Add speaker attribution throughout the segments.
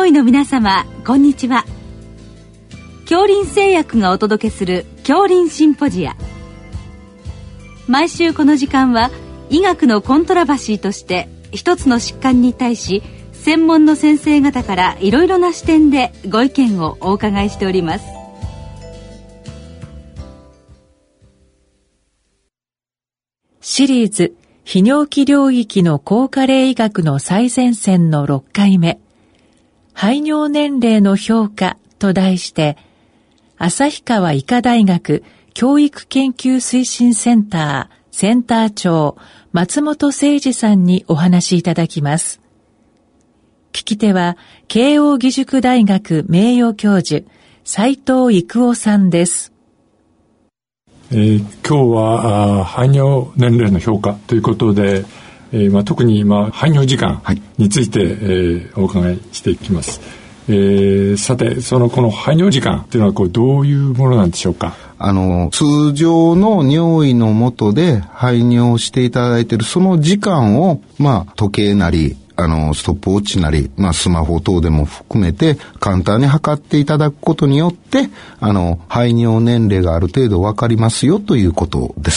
Speaker 1: 医の皆様、こんにちは。杏林製薬がお届けする杏林シンポジア。毎週この時間は医学のコントラバシーとして一つの疾患に対し専門の先生方からいろいろな視点でご意見をお伺いしております。
Speaker 2: シリーズ泌尿器領域の高加齢医学の最前線の6回目、排尿年齢の評価と題して、旭川医科大学教育研究推進センターセンター長松本誠二さんにお話しいただきます。聞き手は慶應義塾大学名誉教授斉藤育夫さんです。
Speaker 3: 今日は排尿年齢の評価ということで、特に今排尿時間について、お伺いしていきます。さてこの排尿時間というのはどういうものなんでしょうか。
Speaker 4: 通常の尿意の下で排尿していただいているその時間を、時計なりストップウォッチなり、スマホ等でも含めて簡単に測っていただくことによって排尿年齢がある程度分かりますよということです。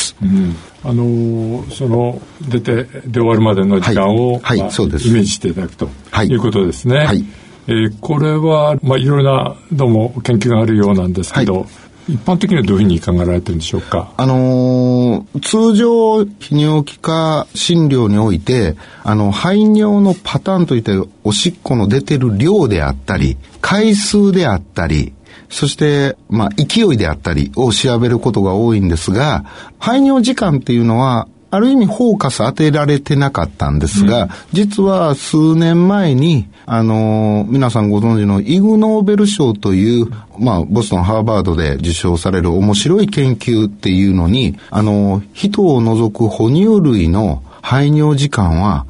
Speaker 3: 出終わるまでの時間を、
Speaker 4: そうです。
Speaker 3: イメージしていただくということですね。これは、いろいろなどうも研究があるようなんですけど、一般的にはどういうふうに考えられてるんでしょうか。
Speaker 4: 通常泌尿器科診療において排尿のパターンといっておしっこの出てる量であったり回数であったりそして勢いであったりを調べることが多いんですが、排尿時間っていうのはある意味フォーカス当てられてなかったんですが、実は数年前に皆さんご存知のイグ・ノーベル賞というボストンハーバードで受賞される面白い研究っていうのに人を除く哺乳類の排尿時間は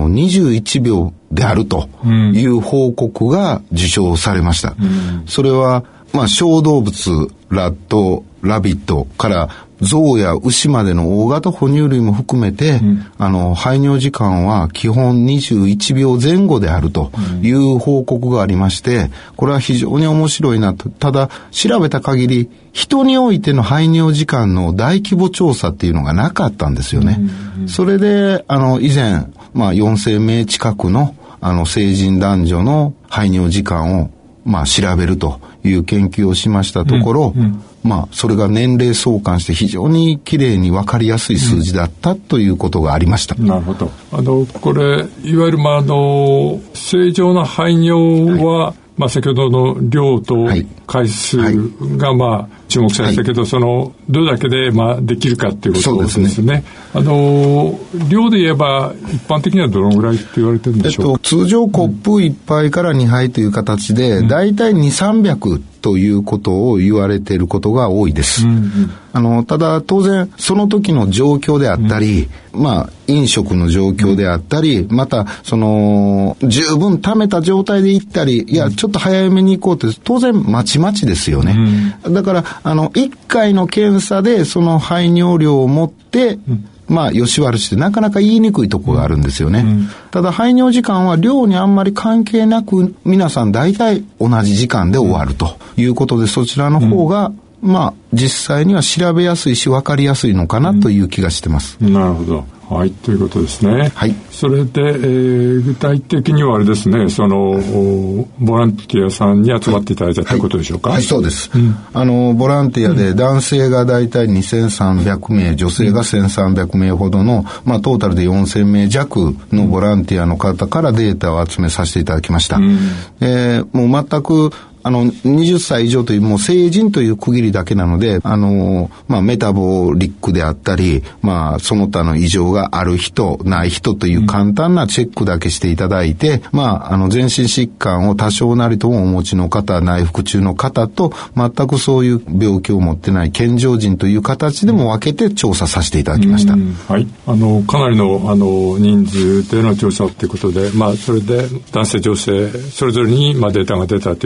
Speaker 4: 21秒であるという報告が受賞されました。それは小動物ラットラビットから象や牛までの大型哺乳類も含めて、排尿時間は基本21秒前後であるという報告がありまして、これは非常に面白いなと。ただ調べた限り人においての排尿時間の大規模調査っていうのがなかったんですよね。それで以前4000名近くの成人男女の排尿時間を調べるという研究をしましたところ、それが年齢相関して非常にきれいに分かりやすい数字だったということがありました。
Speaker 3: なるほど。これいわゆる正常な排尿は、先ほどの量と回数が注目されたけど、どれだけでできるかっていうことですね。量で言えば一般的にはどのぐらいって言われてるんでしょうか。
Speaker 4: 通常コップ1杯から2杯という形で、だいたい2、300ということを言われていることが多いです。ただ当然その時の状況であったり、飲食の状況であったり、また十分溜めた状態で行ったり、ちょっと早めに行こうって当然まちまちですよね。だから1回の検査でその排尿量を持ってよし悪しってなかなか言いにくいところがあるんですよね。ただ排尿時間は量にあんまり関係なく皆さん大体同じ時間で終わるということで、そちらの方が実際には調べやすいし分かりやすいのかなという気がしてます。
Speaker 3: なるほど。はい、ということですね。それで、具体的にはあれですね、ボランティアさんに集まっていただいたということでしょうか。
Speaker 4: そうです。ボランティアで男性がだいたい2300名、女性が1300名ほどの、トータルで4000名弱のボランティアの方からデータを集めさせていただきました。もう全く20歳以上というもう成人という区切りだけなので、メタボリックであったり、その他の異常がある人、ない人という簡単なチェックだけしていただいて、全身疾患を多少なりともお持ちの方、内服中の方と、全くそういう病気を持ってない健常人という形でも分けて調査させていただきました。
Speaker 3: はい。かなりの、人数での調査ということで、それで男性、女性、それぞれに、データが出たということです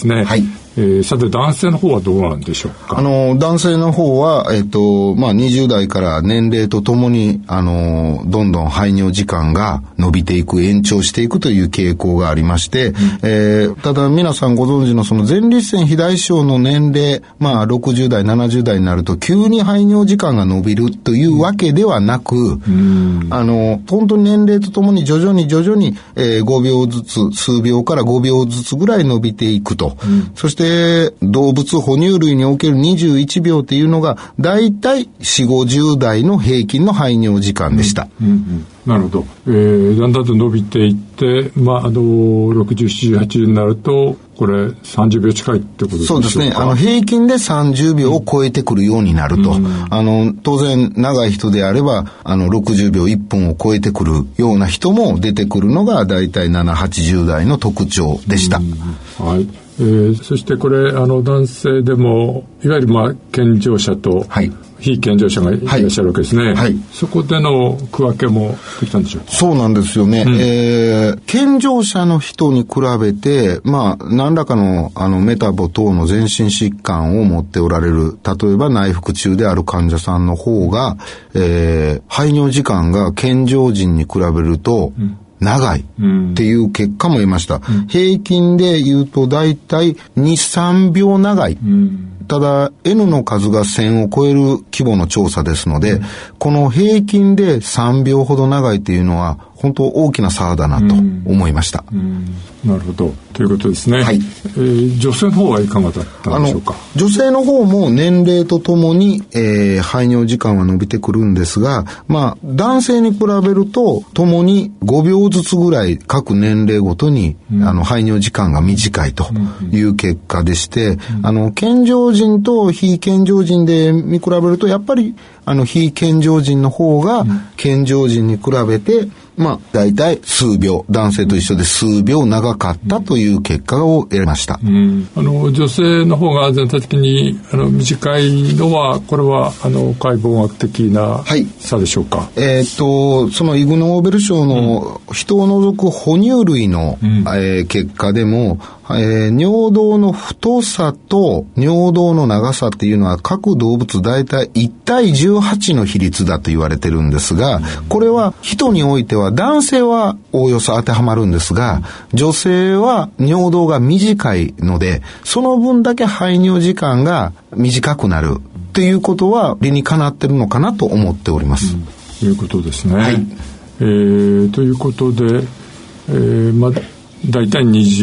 Speaker 3: ですね。
Speaker 4: はい。
Speaker 3: さて男性の方はどうなんでしょうか。
Speaker 4: 男性の方は、20代から年齢とともに、どんどん排尿時間が伸びていく、延長していくという傾向がありまして、ただ皆さんご存知のその前立腺肥大症の年齢、60代、70代になると急に排尿時間が伸びるというわけではなく、本当に年齢とともに徐々に、5秒ずつ、数秒から5秒ずつぐらい伸びていくと。そして、動物哺乳類における21秒というのがだいたい4、50代の平均の排尿時間でした。
Speaker 3: なるほど。だんだんと伸びていって、60、70、80になると、これ30秒近いってことでしょうか。
Speaker 4: そうですね。平均で30秒を超えてくるようになると。当然長い人であれば、60秒1分を超えてくるような人も出てくるのがだいたい7、80代の特徴でした。
Speaker 3: はい。そしてこれ男性でもいわゆる健常者と非健常者がいらっしゃるわけですね。はい。そこでの区分けもできたんでしょうか。
Speaker 4: そうなんですよね。健常者の人に比べて何らかのメタボ等の全身疾患を持っておられる、例えば内腹痛である患者さんの方が、排尿時間が健常人に比べると、長いっていう結果も得ました。平均で言うとだいたい2、3秒長い。ただ N の数が1000を超える規模の調査ですので、この平均で3秒ほど長いというのは本当大きな差だなと思いました。
Speaker 3: なるほど。ということですね。はい。女性の方はいかがだったんでしょうか。
Speaker 4: 女性の方も年齢とともに、排尿時間は伸びてくるんですが、男性に比べるとともに5秒ずつぐらい各年齢ごとに、排尿時間が短いという結果でして、健常人と非健常人で見比べるとやっぱり非健常人の方が健常人に比べてだいたい数秒、男性と一緒で数秒長かったという結果を得ました。
Speaker 3: 女性の方が全体的に短いのは、これは解剖学的な差でしょうか。
Speaker 4: そのイグ・ノーベル賞の人を除く哺乳類の、結果でも、尿道の太さと尿道の長さっていうのは各動物だいたい1対18の比率だと言われてるんですが、これは人においては男性はおおよそ当てはまるんですが、女性は尿道が短いので、その分だけ排尿時間が短くなるっていうことは理にかなってるのかなと思っております。
Speaker 3: ということですね。はい。ということで、だいたい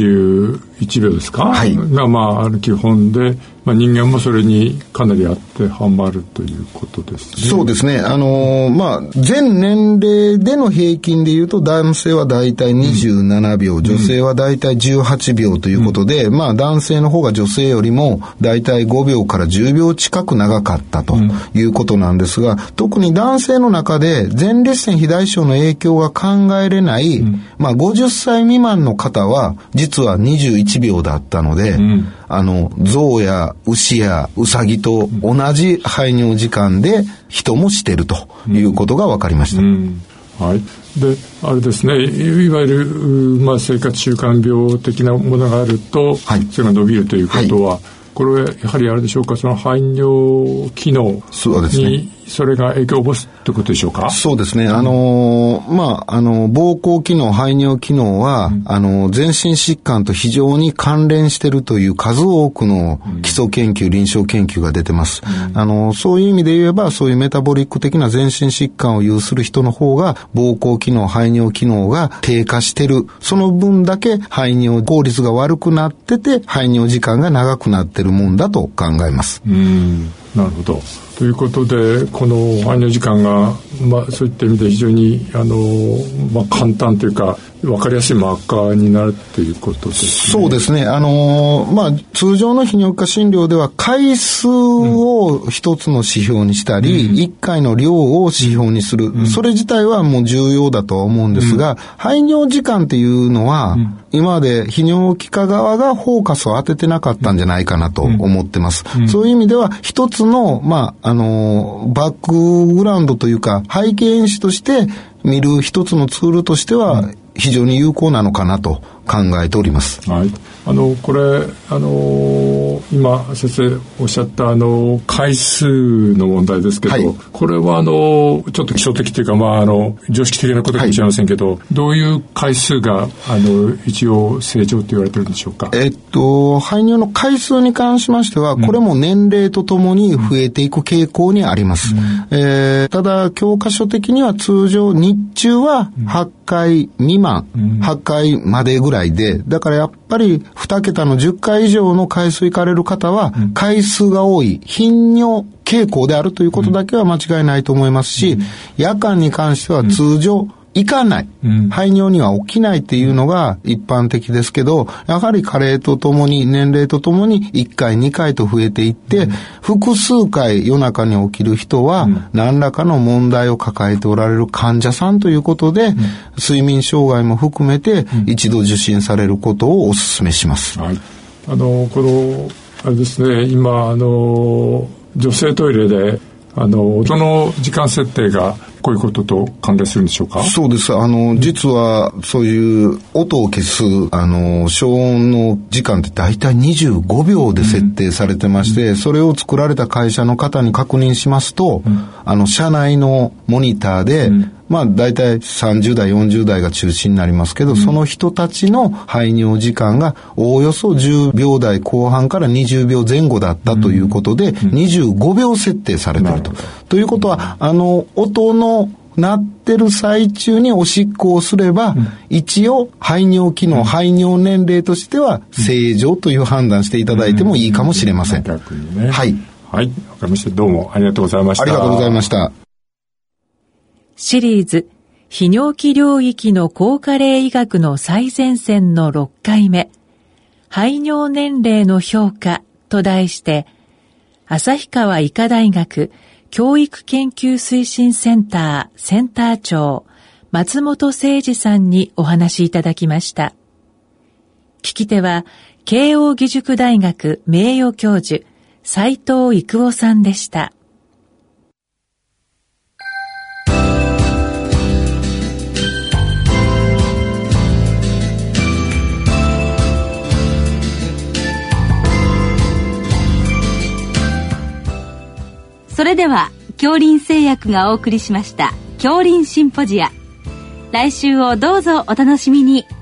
Speaker 3: 21秒ですか、が基本で、人間もそれにかなり当てはまるということですね。
Speaker 4: そうですね。全年齢での平均でいうと男性はだいたい27秒、女性はだいたい18秒ということで、男性の方が女性よりもだいたい5秒から10秒近く長かったということなんですが、特に男性の中で前立腺肥大症の影響が考えれない、50歳未満の方は実は21秒だったので、象や牛やウサギと同じ排尿時間で人もしているということが分かりました。
Speaker 3: はい。で、あれですね、いわゆる、生活習慣病的なものがあると、それが伸びるということは、これはやはりあれでしょうか、その排尿機能にそれが影響を及ぼすということでしょうか。
Speaker 4: そうですね。膀胱機能、排尿機能は、全身疾患と非常に関連しているという数多くの基礎研究、臨床研究が出てます。そういう意味で言えば、そういうメタボリック的な全身疾患を有する人の方が、膀胱機能、排尿機能が低下している。その分だけ排尿効率が悪くなってて、排尿時間が長くなっているもんだと考えます。
Speaker 3: なるほど。ということで、この排尿時間が、そういった意味で非常に簡単というか分かりやすいマーカーになるということですね。
Speaker 4: そうですね。通常の泌尿器科診療では回数を一つの指標にしたり、1回の量を指標にする、それ自体はもう重要だとは思うんですが、排尿時間っていうのは、今まで泌尿器科側がフォーカスを当ててなかったんじゃないかなと思ってます。そういう意味では一つのバックグラウンドというか背景演習として見る一つのツールとしては非常に有効なのかなと考えております。
Speaker 3: はい。 これ今先生おっしゃった回数の問題ですけど、はい、これはちょっと基礎的というか、常識的なことかもしれませんけど、はい、どういう回数が一応正常と言われてるんでしょうか。
Speaker 4: 排尿の回数に関しましては、これも年齢とともに増えていく傾向にあります。ただ教科書的には通常日中は8回未満、8回までぐらいで、だからやっぱり2桁の10回以上の回数行かれる方は、回数が多い頻尿傾向であるということだけは間違いないと思いますし、夜間に関しては通常行かない、排尿には起きないっていうのが一般的ですけど、やはり加齢とともに年齢とともに1回2回と増えていって、複数回夜中に起きる人は何らかの問題を抱えておられる患者さんということで、睡眠障害も含めて一度受診されることをお勧めします。
Speaker 3: はい、このあれですね、今女性トイレで音の時間設定がこういうことと関連するんでしょうか。
Speaker 4: そうです。実はそういう音を消す消音の時間って大体25秒で設定されてまして、それを作られた会社の方に確認しますと、社内のモニターで、大体30代40代が中心になりますけど、その人たちの排尿時間がおおよそ10秒台後半から20秒前後だったということで、25秒設定されていると。ということは音の鳴ってる最中におしっこをすれば、一応排尿機能、排尿年齢としては正常という判断していただいてもいいかもしれません。
Speaker 3: 逆にね。
Speaker 4: はい。
Speaker 3: はい。わかりました。どうもありがとうございました。
Speaker 4: ありがとうございました。
Speaker 2: シリーズ泌尿器領域の高加齢医学の最前線の6回目、排尿年齢の評価と題して、旭川医科大学教育研究推進センターセンター長松本誠二さんにお話しいただきました。聞き手は慶應義塾大学名誉教授斉藤育夫さんでした。
Speaker 1: それでは杏林製薬がお送りしました杏林シンポジア、来週をどうぞお楽しみに。